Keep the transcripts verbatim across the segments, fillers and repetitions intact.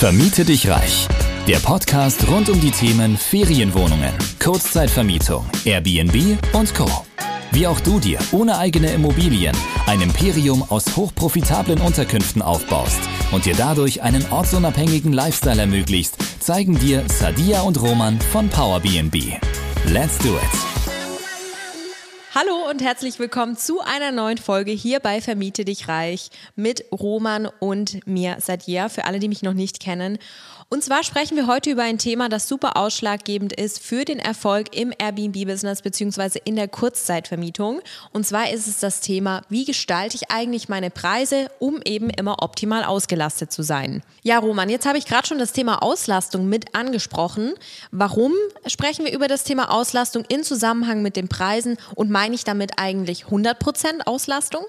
Vermiete dich reich. Der Podcast rund um die Themen Ferienwohnungen, Kurzzeitvermietung, Airbnb und Co. Wie auch du dir ohne eigene Immobilien ein Imperium aus hochprofitablen Unterkünften aufbaust und dir dadurch einen ortsunabhängigen Lifestyle ermöglicht, zeigen dir Sadia und Roman von PowerBnB. Let's do it! Hallo und herzlich willkommen zu einer neuen Folge hier bei Vermiete dich reich mit Roman und mir, Sadia, für alle, die mich noch nicht kennen. Und zwar sprechen wir heute über ein Thema, das super ausschlaggebend ist für den Erfolg im Airbnb-Business bzw. in der Kurzzeitvermietung. Und zwar ist es das Thema, wie gestalte ich eigentlich meine Preise, um eben immer optimal ausgelastet zu sein. Ja, Roman, jetzt habe ich gerade schon das Thema Auslastung mit angesprochen. Warum sprechen wir über das Thema Auslastung in Zusammenhang mit den Preisen und meine ich damit eigentlich hundert Prozent Auslastung?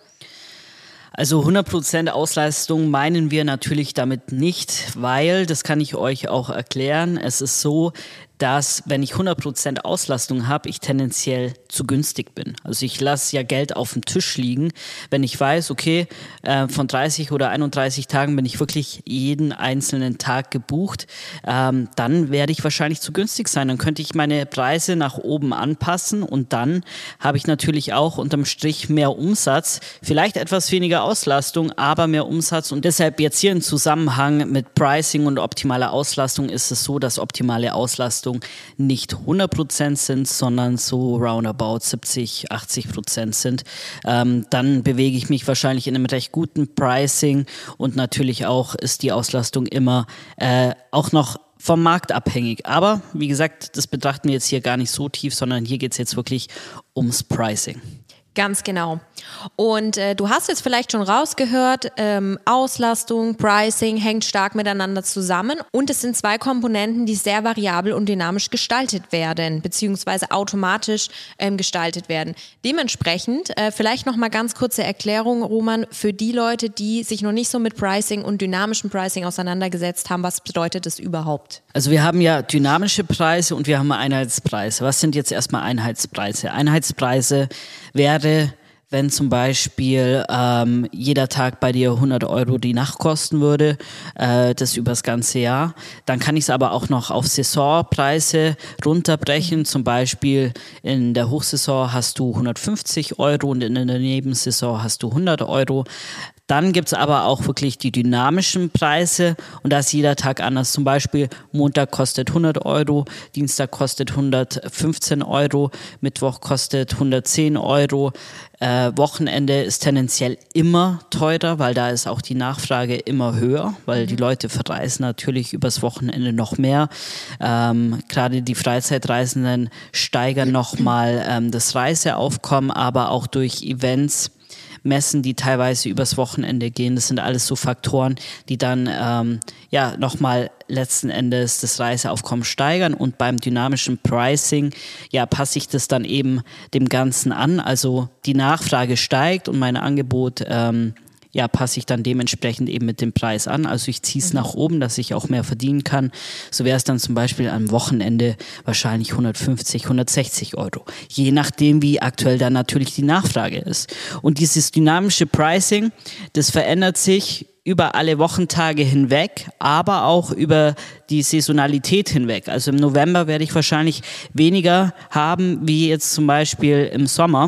Also hundert Prozent Auslastung meinen wir natürlich damit nicht, weil, das kann ich euch auch erklären, es ist so, dass wenn ich hundert Prozent Auslastung habe, ich tendenziell zu günstig bin. Also ich lasse ja Geld auf dem Tisch liegen, wenn ich weiß, okay, äh, von dreißig oder einunddreißig Tagen bin ich wirklich jeden einzelnen Tag gebucht, ähm, dann werde ich wahrscheinlich zu günstig sein. Dann könnte ich meine Preise nach oben anpassen und dann habe ich natürlich auch unterm Strich mehr Umsatz, vielleicht etwas weniger Auslastung, aber mehr Umsatz. Und deshalb jetzt hier im Zusammenhang mit Pricing und optimaler Auslastung ist es so, dass optimale Auslastung nicht hundert Prozent sind, sondern so roundabout siebzig, achtzig Prozent sind. Ähm, dann bewege ich mich wahrscheinlich in einem recht guten Pricing und natürlich auch ist die Auslastung immer äh, auch noch vom Markt abhängig. Aber wie gesagt, das betrachten wir jetzt hier gar nicht so tief, sondern hier geht es jetzt wirklich ums Pricing. Ganz genau. Und äh, du hast jetzt vielleicht schon rausgehört, ähm, Auslastung, Pricing hängt stark miteinander zusammen und es sind zwei Komponenten, die sehr variabel und dynamisch gestaltet werden, beziehungsweise automatisch ähm, gestaltet werden. Dementsprechend, äh, vielleicht nochmal ganz kurze Erklärung, Roman, für die Leute, die sich noch nicht so mit Pricing und dynamischem Pricing auseinandergesetzt haben, was bedeutet das überhaupt? Also wir haben ja dynamische Preise und wir haben Einheitspreise. Was sind jetzt erstmal Einheitspreise? Einheitspreise wäre, wenn zum Beispiel ähm, jeder Tag bei dir hundert Euro die Nacht kosten würde, äh, das übers ganze Jahr, dann kann ich es aber auch noch auf Saisonpreise runterbrechen. Zum Beispiel in der Hochsaison hast du hundertfünfzig Euro und in der Nebensaison hast du hundert Euro. Dann gibt es aber auch wirklich die dynamischen Preise und da ist jeder Tag anders. Zum Beispiel Montag kostet hundert Euro, Dienstag kostet hundertfünfzehn Euro, Mittwoch kostet hundertzehn Euro. Äh, Wochenende ist tendenziell immer teurer, weil da ist auch die Nachfrage immer höher, weil die Leute verreisen natürlich übers Wochenende noch mehr. Ähm, gerade die Freizeitreisenden steigern nochmal ähm, das Reiseaufkommen, aber auch durch Events, Messen, die teilweise übers Wochenende gehen. Das sind alles so Faktoren, die dann ähm, ja nochmal letzten Endes das Reiseaufkommen steigern und beim dynamischen Pricing ja passe ich das dann eben dem Ganzen an. Also die Nachfrage steigt und mein Angebot ähm, ja, passe ich dann dementsprechend eben mit dem Preis an. Also ich ziehe es mhm. nach oben, dass ich auch mehr verdienen kann. So wäre es dann zum Beispiel am Wochenende wahrscheinlich hundertfünfzig, hundertsechzig Euro. Je nachdem, wie aktuell dann natürlich die Nachfrage ist. Und dieses dynamische Pricing, das verändert sich über alle Wochentage hinweg, aber auch über die Saisonalität hinweg. Also im November werde ich wahrscheinlich weniger haben, wie jetzt zum Beispiel im Sommer.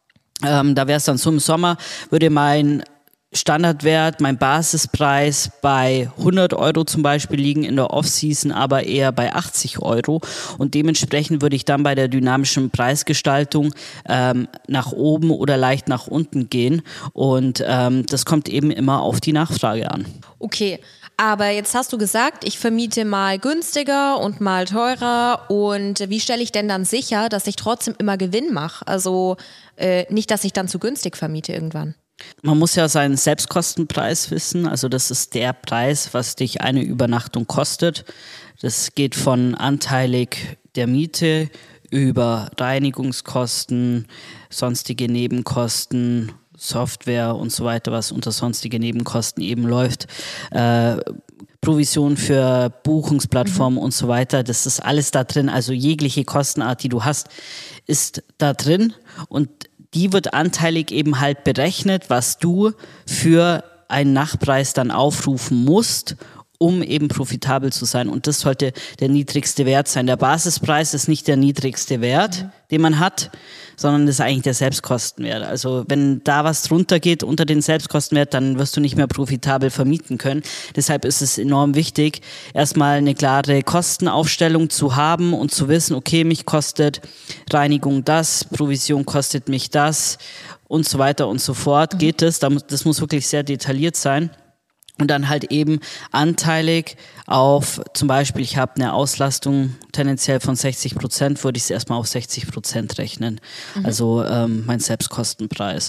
Ähm, da wäre es dann so, im Sommer würde mein Standardwert, mein Basispreis bei hundert Euro zum Beispiel liegen, in der Off-Season aber eher bei achtzig Euro und dementsprechend würde ich dann bei der dynamischen Preisgestaltung ähm, nach oben oder leicht nach unten gehen und ähm, das kommt eben immer auf die Nachfrage an. Okay, aber jetzt hast du gesagt, ich vermiete mal günstiger und mal teurer und wie stelle ich denn dann sicher, dass ich trotzdem immer Gewinn mache? Also äh, nicht, dass ich dann zu günstig vermiete irgendwann. Man muss ja seinen Selbstkostenpreis wissen, also das ist der Preis, was dich eine Übernachtung kostet. Das geht von anteilig der Miete über Reinigungskosten, sonstige Nebenkosten, Software und so weiter, was unter sonstige Nebenkosten eben läuft. Äh, Provision für Buchungsplattformen mhm. und so weiter, das ist alles da drin. Also jegliche Kostenart, die du hast, ist da drin und die wird anteilig eben halt berechnet, was du für einen Nachtpreis dann aufrufen musst, um eben profitabel zu sein. Und das sollte der niedrigste Wert sein. Der Basispreis ist nicht der niedrigste Wert, mhm. den man hat, sondern das ist eigentlich der Selbstkostenwert. Also wenn da was drunter geht, unter den Selbstkostenwert, dann wirst du nicht mehr profitabel vermieten können. Deshalb ist es enorm wichtig, erstmal eine klare Kostenaufstellung zu haben und zu wissen, okay, mich kostet Reinigung das, Provision kostet mich das und so weiter und so fort. Mhm. Geht das? Das muss wirklich sehr detailliert sein. Und dann halt eben anteilig auf, zum Beispiel, ich habe eine Auslastung tendenziell von sechzig Prozent, würde ich es erstmal auf sechzig Prozent rechnen. Mhm. Also ähm, mein Selbstkostenpreis.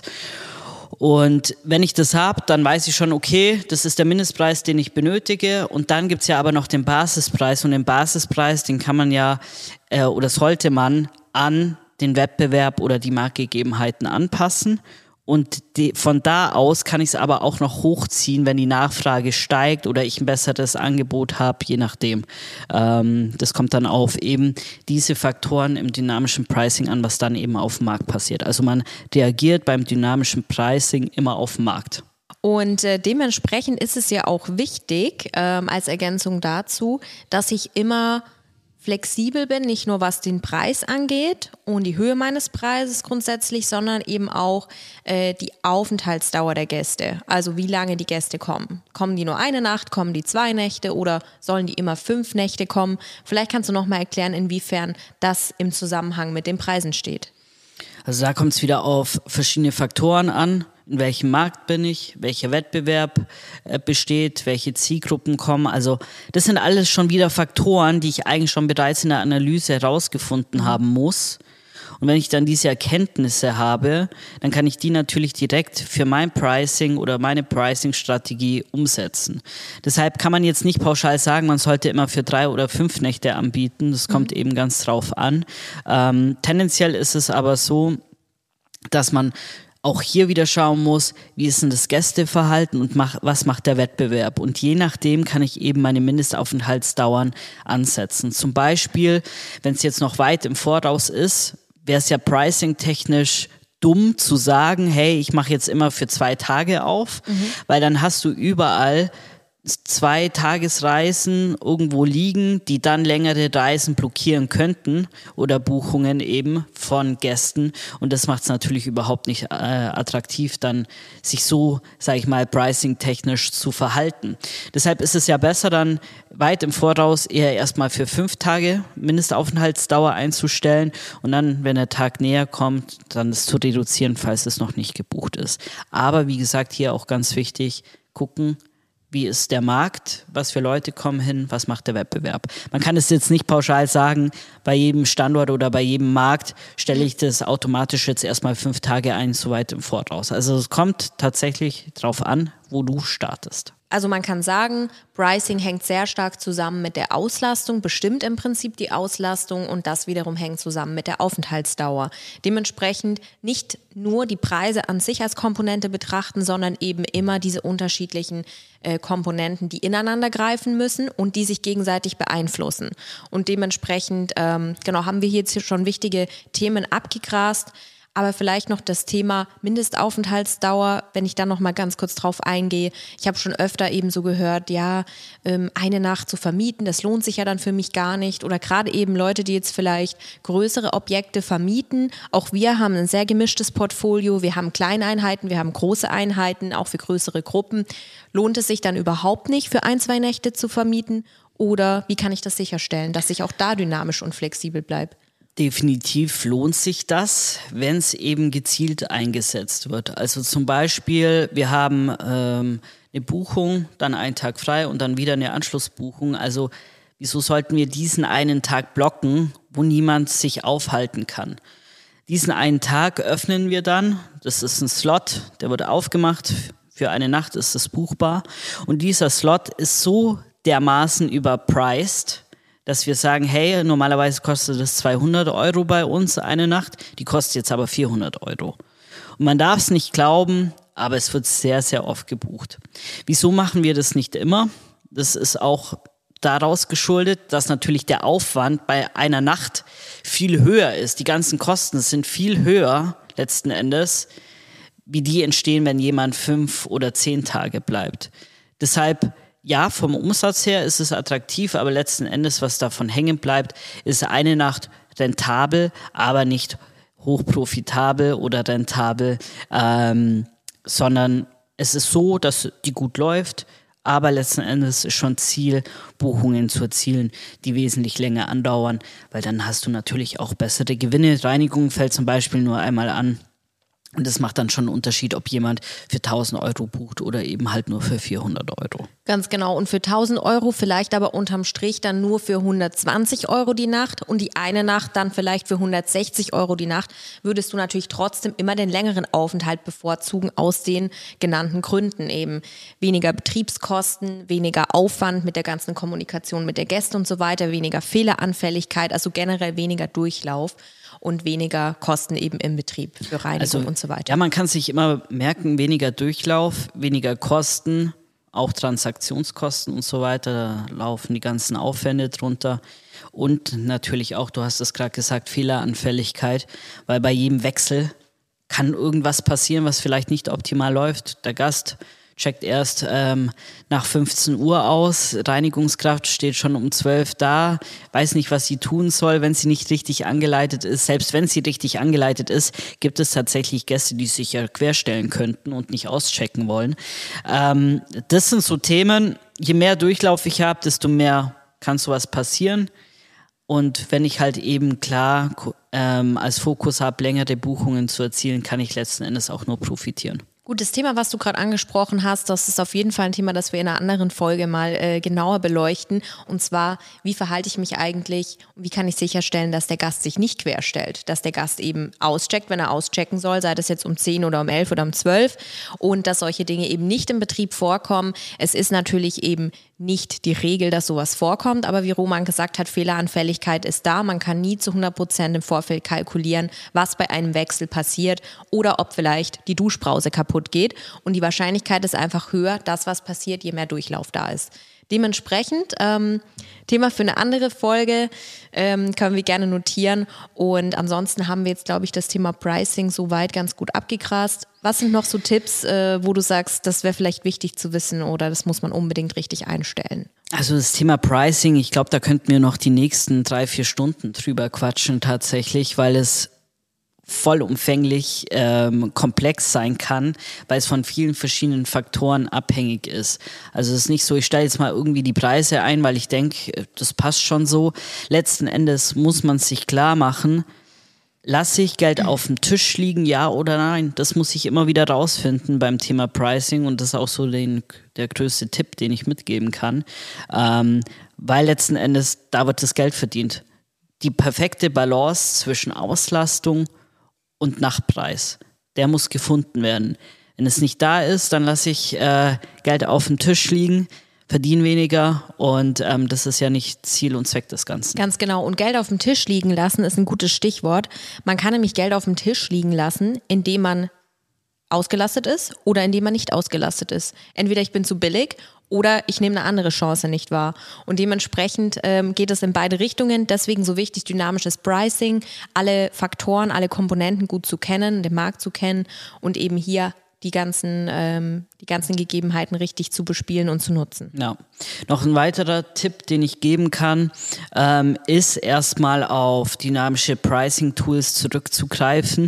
Und wenn ich das habe, dann weiß ich schon, okay, das ist der Mindestpreis, den ich benötige. Und dann gibt's ja aber noch den Basispreis. Und den Basispreis, den kann man ja äh, oder sollte man an den Wettbewerb oder die Marktgegebenheiten anpassen. Und die, von da aus kann ich es aber auch noch hochziehen, wenn die Nachfrage steigt oder ich ein besseres Angebot habe, je nachdem. Ähm, das kommt dann auf eben diese Faktoren im dynamischen Pricing an, was dann eben auf dem Markt passiert. Also man reagiert beim dynamischen Pricing immer auf den Markt. Und äh, dementsprechend ist es ja auch wichtig, ähm, als Ergänzung dazu, dass ich immer flexibel bin, nicht nur was den Preis angeht und die Höhe meines Preises grundsätzlich, sondern eben auch äh, die Aufenthaltsdauer der Gäste. Also wie lange die Gäste kommen. Kommen die nur eine Nacht, kommen die zwei Nächte oder sollen die immer fünf Nächte kommen? Vielleicht kannst du noch mal erklären, inwiefern das im Zusammenhang mit den Preisen steht. Also da kommt es wieder auf verschiedene Faktoren an. In welchem Markt bin ich, welcher Wettbewerb äh, besteht, welche Zielgruppen kommen. Also das sind alles schon wieder Faktoren, die ich eigentlich schon bereits in der Analyse herausgefunden haben muss. Und wenn ich dann diese Erkenntnisse habe, dann kann ich die natürlich direkt für mein Pricing oder meine Pricing-Strategie umsetzen. Deshalb kann man jetzt nicht pauschal sagen, man sollte immer für drei oder fünf Nächte anbieten. Das kommt mhm. eben ganz drauf an. Ähm, tendenziell ist es aber so, dass man auch hier wieder schauen muss, wie ist denn das Gästeverhalten und mach, was macht der Wettbewerb. Und je nachdem kann ich eben meine Mindestaufenthaltsdauern ansetzen. Zum Beispiel, wenn es jetzt noch weit im Voraus ist, wäre es ja pricing-technisch dumm zu sagen, hey, ich mache jetzt immer für zwei Tage auf, mhm. weil dann hast du überall zwei Tagesreisen irgendwo liegen, die dann längere Reisen blockieren könnten oder Buchungen eben von Gästen und das macht es natürlich überhaupt nicht äh, attraktiv, dann sich so, sage ich mal, pricing-technisch zu verhalten. Deshalb ist es ja besser dann weit im Voraus eher erstmal für fünf Tage Mindestaufenthaltsdauer einzustellen und dann, wenn der Tag näher kommt, dann es zu reduzieren, falls es noch nicht gebucht ist. Aber wie gesagt, hier auch ganz wichtig, gucken, wie ist der Markt, was für Leute kommen hin, was macht der Wettbewerb. Man kann es jetzt nicht pauschal sagen, bei jedem Standort oder bei jedem Markt stelle ich das automatisch jetzt erstmal fünf Tage ein, so weit im Voraus. Also es kommt tatsächlich drauf an, wo du startest. Also man kann sagen, Pricing hängt sehr stark zusammen mit der Auslastung, bestimmt im Prinzip die Auslastung und das wiederum hängt zusammen mit der Aufenthaltsdauer. Dementsprechend nicht nur die Preise an sich als Komponente betrachten, sondern eben immer diese unterschiedlichen äh, Komponenten, die ineinander greifen müssen und die sich gegenseitig beeinflussen. Und dementsprechend ähm, genau haben wir hier jetzt schon wichtige Themen abgegrast. Aber vielleicht noch das Thema Mindestaufenthaltsdauer, wenn ich da noch mal ganz kurz drauf eingehe. Ich habe schon öfter eben so gehört, ja, eine Nacht zu vermieten, das lohnt sich ja dann für mich gar nicht. Oder gerade eben Leute, die jetzt vielleicht größere Objekte vermieten. Auch wir haben ein sehr gemischtes Portfolio. Wir haben Kleineinheiten, wir haben große Einheiten, auch für größere Gruppen. Lohnt es sich dann überhaupt nicht, für ein, zwei Nächte zu vermieten? Oder wie kann ich das sicherstellen, dass ich auch da dynamisch und flexibel bleibe? Definitiv lohnt sich das, wenn es eben gezielt eingesetzt wird. Also zum Beispiel, wir haben ähm, eine Buchung, dann einen Tag frei und dann wieder eine Anschlussbuchung. Also wieso sollten wir diesen einen Tag blocken, wo niemand sich aufhalten kann? Diesen einen Tag öffnen wir dann, das ist ein Slot, der wird aufgemacht, für eine Nacht ist es buchbar. Und dieser Slot ist so dermaßen überpriced, dass wir sagen, hey, normalerweise kostet das zweihundert Euro bei uns eine Nacht, die kostet jetzt aber vierhundert Euro. Und man darf es nicht glauben, aber es wird sehr, sehr oft gebucht. Wieso machen wir das nicht immer? Das ist auch daraus geschuldet, dass natürlich der Aufwand bei einer Nacht viel höher ist. Die ganzen Kosten sind viel höher letzten Endes, wie die entstehen, wenn jemand fünf oder zehn Tage bleibt. Deshalb ja, vom Umsatz her ist es attraktiv, aber letzten Endes, was davon hängen bleibt, ist eine Nacht rentabel, aber nicht hochprofitabel oder rentabel, ähm, sondern es ist so, dass die gut läuft, aber letzten Endes ist schon Ziel, Buchungen zu erzielen, die wesentlich länger andauern, weil dann hast du natürlich auch bessere Gewinne. Reinigung fällt zum Beispiel nur einmal an. Und das macht dann schon einen Unterschied, ob jemand für tausend Euro bucht oder eben halt nur für vierhundert Euro. Ganz genau. Und für tausend Euro vielleicht aber unterm Strich dann nur für hundertzwanzig Euro die Nacht und die eine Nacht dann vielleicht für hundertsechzig Euro die Nacht, würdest du natürlich trotzdem immer den längeren Aufenthalt bevorzugen aus den genannten Gründen eben. Weniger Betriebskosten, weniger Aufwand mit der ganzen Kommunikation mit der Gäste und so weiter, weniger Fehleranfälligkeit, also generell weniger Durchlauf. Und weniger Kosten eben im Betrieb für Reinigung also, und so weiter. Ja, man kann sich immer merken, weniger Durchlauf, weniger Kosten, auch Transaktionskosten und so weiter, da laufen die ganzen Aufwände drunter. Und natürlich auch, du hast es gerade gesagt, Fehleranfälligkeit, weil bei jedem Wechsel kann irgendwas passieren, was vielleicht nicht optimal läuft. Der Gast checkt erst ähm, nach fünfzehn Uhr aus, Reinigungskraft steht schon um zwölf da, weiß nicht, was sie tun soll, wenn sie nicht richtig angeleitet ist. Selbst wenn sie richtig angeleitet ist, gibt es tatsächlich Gäste, die sich ja querstellen könnten und nicht auschecken wollen. Ähm, das sind so Themen, je mehr Durchlauf ich habe, desto mehr kann sowas passieren. Und wenn ich halt eben klar ähm, als Fokus habe, längere Buchungen zu erzielen, kann ich letzten Endes auch nur profitieren. Gut, das Thema, was du gerade angesprochen hast, das ist auf jeden Fall ein Thema, das wir in einer anderen Folge mal äh, genauer beleuchten. Und zwar, wie verhalte ich mich eigentlich und wie kann ich sicherstellen, dass der Gast sich nicht querstellt, dass der Gast eben auscheckt, wenn er auschecken soll, sei das jetzt um zehn oder um elf oder um zwölf und dass solche Dinge eben nicht im Betrieb vorkommen. Es ist natürlich eben nicht die Regel, dass sowas vorkommt, aber wie Roman gesagt hat, Fehleranfälligkeit ist da. Man kann nie zu hundert Prozent im Vorfeld kalkulieren, was bei einem Wechsel passiert oder ob vielleicht die Duschbrause kaputt geht. Und die Wahrscheinlichkeit ist einfach höher, dass was passiert, je mehr Durchlauf da ist. Dementsprechend, ähm, Thema für eine andere Folge, ähm, können wir gerne notieren. Und ansonsten haben wir jetzt, glaube ich, das Thema Pricing soweit ganz gut abgegrast. Was sind noch so Tipps, äh, wo du sagst, das wäre vielleicht wichtig zu wissen oder das muss man unbedingt richtig einstellen? Also das Thema Pricing, ich glaube, da könnten wir noch die nächsten drei, vier Stunden drüber quatschen tatsächlich, weil es vollumfänglich ähm, komplex sein kann, weil es von vielen verschiedenen Faktoren abhängig ist. Also es ist nicht so, ich stelle jetzt mal irgendwie die Preise ein, weil ich denke, das passt schon so. Letzten Endes muss man sich klar machen, lasse ich Geld auf dem Tisch liegen, ja oder nein? Das muss ich immer wieder rausfinden beim Thema Pricing und das ist auch so den, der größte Tipp, den ich mitgeben kann, ähm, weil letzten Endes, da wird das Geld verdient. Die perfekte Balance zwischen Auslastung und Nachtpreis, der muss gefunden werden. Wenn es nicht da ist, dann lasse ich äh, Geld auf dem Tisch liegen, verdiene weniger und ähm, das ist ja nicht Ziel und Zweck des Ganzen. Ganz genau. Und Geld auf dem Tisch liegen lassen ist ein gutes Stichwort. Man kann nämlich Geld auf dem Tisch liegen lassen, indem man ausgelastet ist oder indem man nicht ausgelastet ist. Entweder ich bin zu billig oder ich nehme eine andere Chance nicht wahr. Und dementsprechend ähm, geht es in beide Richtungen. Deswegen so wichtig dynamisches Pricing, alle Faktoren, alle Komponenten gut zu kennen, den Markt zu kennen und eben hier die ganzen, ähm, die ganzen Gegebenheiten richtig zu bespielen und zu nutzen. Ja. Noch ein weiterer Tipp, den ich geben kann, ähm, ist erstmal auf dynamische Pricing-Tools zurückzugreifen.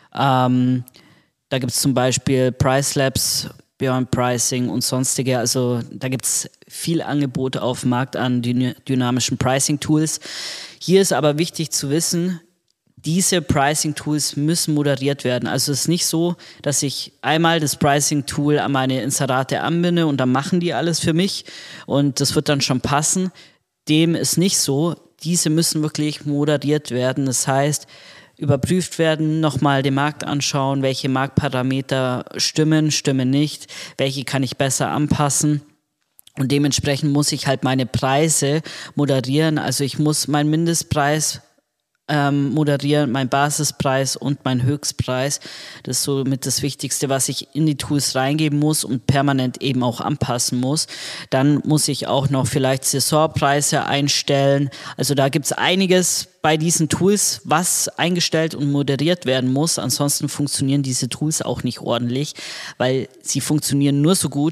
Ähm, da gibt es zum Beispiel Pricelabs, Beyond Pricing und sonstige. Also da gibt es viel Angebot auf dem Markt an dyn- dynamischen Pricing-Tools. Hier ist aber wichtig zu wissen, diese Pricing-Tools müssen moderiert werden. Also es ist nicht so, dass ich einmal das Pricing-Tool an meine Inserate anbinde und dann machen die alles für mich und das wird dann schon passen. Dem ist nicht so. Diese müssen wirklich moderiert werden. Das heißt, überprüft werden, nochmal den Markt anschauen, welche Marktparameter stimmen, stimmen nicht, welche kann ich besser anpassen. Und dementsprechend muss ich halt meine Preise moderieren. Also ich muss meinen Mindestpreis ähm, moderieren, meinen Basispreis und meinen Höchstpreis. Das ist somit das Wichtigste, was ich in die Tools reingeben muss und permanent eben auch anpassen muss. Dann muss ich auch noch vielleicht Saisonpreise einstellen. Also da gibt es einiges bei diesen Tools, was eingestellt und moderiert werden muss. Ansonsten funktionieren diese Tools auch nicht ordentlich, weil sie funktionieren nur so gut,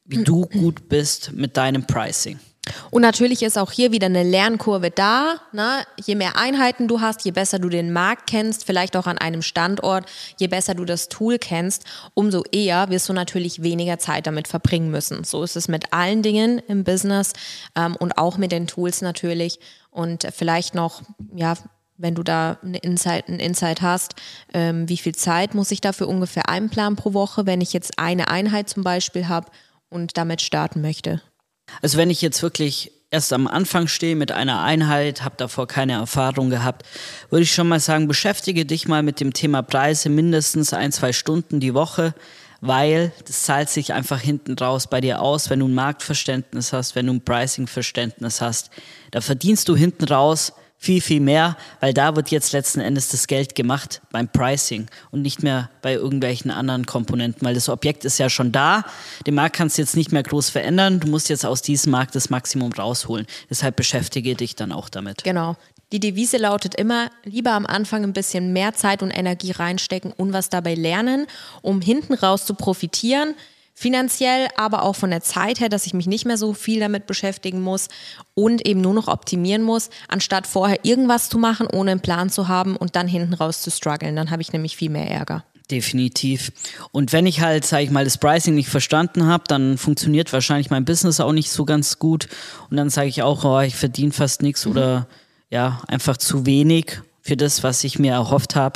wie du gut bist mit deinem Pricing. Und natürlich ist auch hier wieder eine Lernkurve da. Ne? Je mehr Einheiten du hast, je besser du den Markt kennst, vielleicht auch an einem Standort, je besser du das Tool kennst, umso eher wirst du natürlich weniger Zeit damit verbringen müssen. So ist es mit allen Dingen im Business ähm, und auch mit den Tools natürlich. Und vielleicht noch, ja, wenn du da eine Insight, einen Insight hast, ähm, wie viel Zeit muss ich dafür ungefähr einplanen pro Woche, wenn ich jetzt eine Einheit zum Beispiel habe und damit starten möchte? Also wenn ich jetzt wirklich erst am Anfang stehe mit einer Einheit, habe davor keine Erfahrung gehabt, würde ich schon mal sagen, beschäftige dich mal mit dem Thema Preise mindestens ein, zwei Stunden die Woche, weil das zahlt sich einfach hinten raus bei dir aus, wenn du ein Marktverständnis hast, wenn du ein Pricing-Verständnis hast. Da verdienst du hinten raus viel, viel mehr, weil da wird jetzt letzten Endes das Geld gemacht beim Pricing und nicht mehr bei irgendwelchen anderen Komponenten, weil das Objekt ist ja schon da, den Markt kannst du jetzt nicht mehr groß verändern, du musst jetzt aus diesem Markt das Maximum rausholen. Deshalb beschäftige dich dann auch damit. Genau. Die Devise lautet immer, lieber am Anfang ein bisschen mehr Zeit und Energie reinstecken und was dabei lernen, um hinten raus zu profitieren, finanziell, aber auch von der Zeit her, dass ich mich nicht mehr so viel damit beschäftigen muss und eben nur noch optimieren muss, anstatt vorher irgendwas zu machen, ohne einen Plan zu haben und dann hinten raus zu strugglen. Dann habe ich nämlich viel mehr Ärger. Definitiv. Und wenn ich halt, sage ich mal, das Pricing nicht verstanden habe, dann funktioniert wahrscheinlich mein Business auch nicht so ganz gut. Und dann sage ich auch, oh, ich verdiene fast nichts mhm. oder ja, einfach zu wenig für das, was ich mir erhofft habe.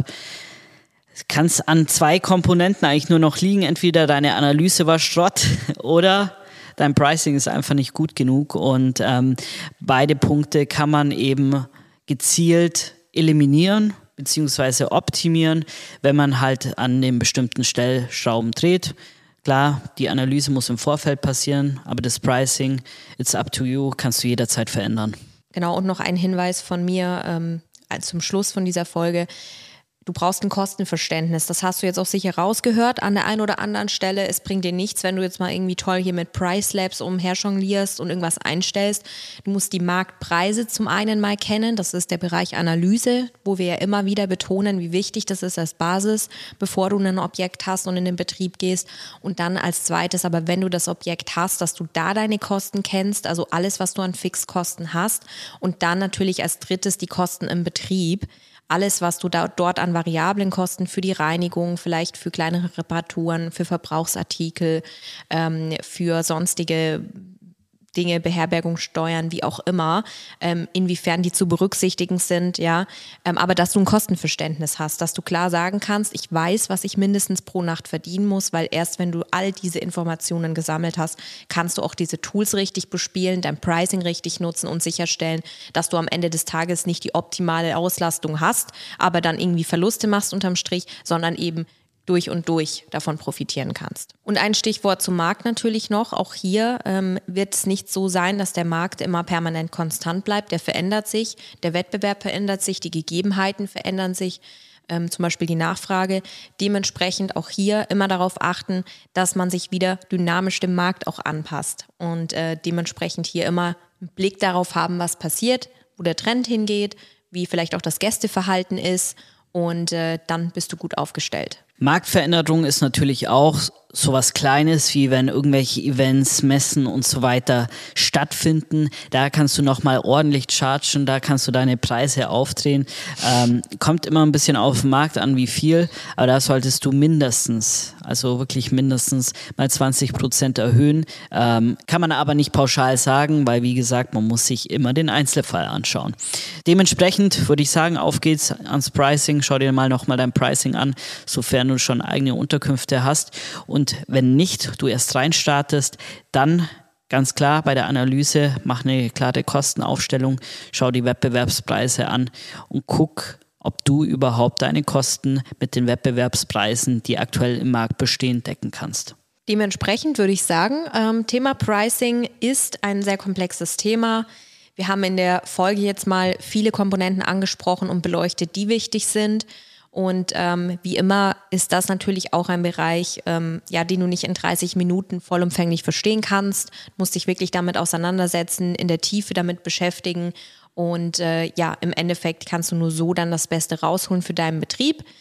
Kann es an zwei Komponenten eigentlich nur noch liegen. Entweder deine Analyse war Schrott oder dein Pricing ist einfach nicht gut genug. Und ähm, beide Punkte kann man eben gezielt eliminieren bzw. optimieren, wenn man halt an den bestimmten Stellschrauben dreht. Klar, die Analyse muss im Vorfeld passieren, aber das Pricing, it's up to you, kannst du jederzeit verändern. Genau, und noch ein Hinweis von mir ähm, zum Schluss von dieser Folge. Du brauchst ein Kostenverständnis. Das hast du jetzt auch sicher rausgehört an der einen oder anderen Stelle. Es bringt dir nichts, wenn du jetzt mal irgendwie toll hier mit Price Labs umherjonglierst und irgendwas einstellst. Du musst die Marktpreise zum einen mal kennen. Das ist der Bereich Analyse, wo wir ja immer wieder betonen, wie wichtig das ist als Basis, bevor du ein Objekt hast und in den Betrieb gehst. Und dann als zweites, aber wenn du das Objekt hast, dass du da deine Kosten kennst, also alles, was du an Fixkosten hast. Und dann natürlich als drittes die Kosten im Betrieb. Alles, was du da, dort an variablen Kosten für die Reinigung, vielleicht für kleinere Reparaturen, für Verbrauchsartikel, ähm, für sonstige Dinge, Beherbergungssteuern, wie auch immer, ähm, inwiefern die zu berücksichtigen sind, ja, ähm, aber dass du ein Kostenverständnis hast, dass du klar sagen kannst, ich weiß, was ich mindestens pro Nacht verdienen muss, weil erst wenn du all diese Informationen gesammelt hast, kannst du auch diese Tools richtig bespielen, dein Pricing richtig nutzen und sicherstellen, dass du am Ende des Tages nicht die optimale Auslastung hast, aber dann irgendwie Verluste machst unterm Strich, sondern eben durch und durch davon profitieren kannst. Und ein Stichwort zum Markt natürlich noch. Auch hier ähm, wird es nicht so sein, dass der Markt immer permanent konstant bleibt. Der verändert sich, der Wettbewerb verändert sich, die Gegebenheiten verändern sich, ähm, zum Beispiel die Nachfrage. Dementsprechend auch hier immer darauf achten, dass man sich wieder dynamisch dem Markt auch anpasst. Und äh, dementsprechend hier immer einen Blick darauf haben, was passiert, wo der Trend hingeht, wie vielleicht auch das Gästeverhalten ist. Und äh, dann bist du gut aufgestellt. Marktveränderung ist natürlich auch sowas Kleines, wie wenn irgendwelche Events, Messen und so weiter stattfinden. Da kannst du nochmal ordentlich chargen, da kannst du deine Preise aufdrehen. Ähm, kommt immer ein bisschen auf den Markt an, wie viel, aber da solltest du mindestens, also wirklich mindestens mal zwanzig Prozent erhöhen. Ähm, kann man aber nicht pauschal sagen, weil wie gesagt, man muss sich immer den Einzelfall anschauen. Dementsprechend würde ich sagen, auf geht's ans Pricing. Schau dir mal nochmal dein Pricing an, sofern du schon eigene Unterkünfte hast. Und wenn nicht, du erst reinstartest, dann ganz klar bei der Analyse, mach eine klare Kostenaufstellung, schau die Wettbewerbspreise an und guck, ob du überhaupt deine Kosten mit den Wettbewerbspreisen, die aktuell im Markt bestehen, decken kannst. Dementsprechend würde ich sagen, ähm, Thema Pricing ist ein sehr komplexes Thema. Wir haben in der Folge jetzt mal viele Komponenten angesprochen und beleuchtet, die wichtig sind. Und ähm, wie immer ist das natürlich auch ein Bereich, ähm, ja, den du nicht in dreißig Minuten vollumfänglich verstehen kannst. Du musst dich wirklich damit auseinandersetzen, in der Tiefe damit beschäftigen. Und äh, ja, im Endeffekt kannst du nur so dann das Beste rausholen für deinen Betrieb.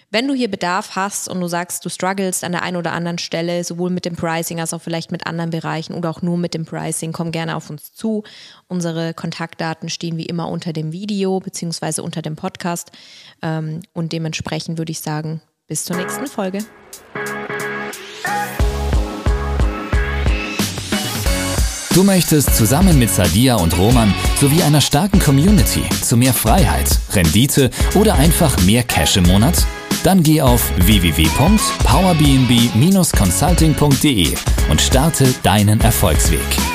Wenn du hier Bedarf hast und du sagst, du strugglest an der einen oder anderen Stelle, sowohl mit dem Pricing als auch vielleicht mit anderen Bereichen oder auch nur mit dem Pricing, komm gerne auf uns zu. Unsere Kontaktdaten stehen wie immer unter dem Video beziehungsweise unter dem Podcast. Und dementsprechend würde ich sagen, bis zur nächsten Folge. Du möchtest zusammen mit Sadia und Roman sowie einer starken Community zu mehr Freiheit, Rendite oder einfach mehr Cash im Monat? Dann geh auf w w w punkt power b n b dash consulting punkt d e und starte deinen Erfolgsweg.